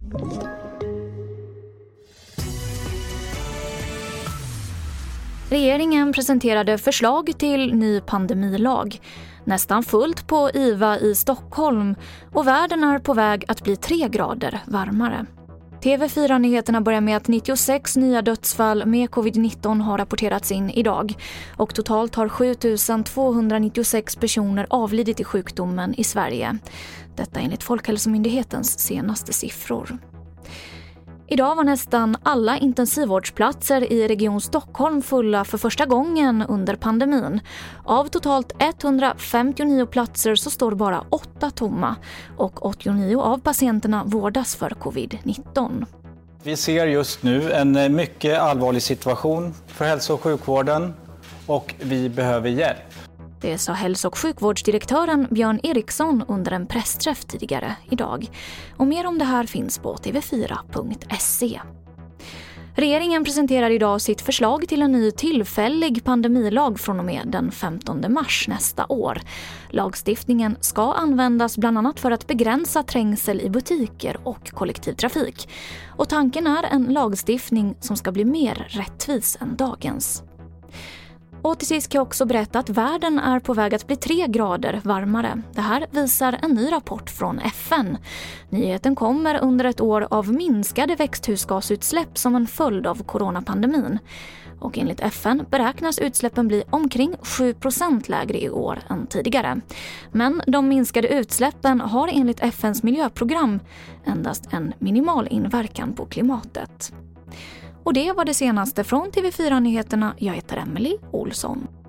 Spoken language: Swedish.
Regeringen presenterade förslag till ny pandemilag. Nästan fullt på IVA i Stockholm och världen är på väg att bli 3 grader varmare. TV4-nyheterna börjar med att 96 nya dödsfall med covid-19 har rapporterats in idag. Och totalt har 7296 personer avlidit i sjukdomen i Sverige. Detta enligt Folkhälsomyndighetens senaste siffror. Idag var nästan alla intensivvårdsplatser i Region Stockholm fulla för första gången under pandemin. Av totalt 159 platser så står bara 8 tomma och 89 av patienterna vårdas för covid-19. Vi ser just nu en mycket allvarlig situation för hälso- och sjukvården och vi behöver hjälp. Det sa hälso- och sjukvårdsdirektören Björn Eriksson under en pressträff tidigare idag. Och mer om det här finns på tv4.se. Regeringen presenterar idag sitt förslag till en ny tillfällig pandemilag från och med den 15 mars nästa år. Lagstiftningen ska användas bland annat för att begränsa trängsel i butiker och kollektivtrafik. Och tanken är en lagstiftning som ska bli mer rättvis än dagens. Och till sist kan jag också berätta att världen är på väg att bli 3 grader varmare. Det här visar en ny rapport från FN. Nyheten kommer under ett år av minskade växthusgasutsläpp som en följd av coronapandemin. Och enligt FN beräknas utsläppen bli omkring 7% lägre i år än tidigare. Men de minskade utsläppen har enligt FNs miljöprogram endast en minimal inverkan på klimatet. Och det var det senaste från TV4-nyheterna. Jag heter Emily Olsson.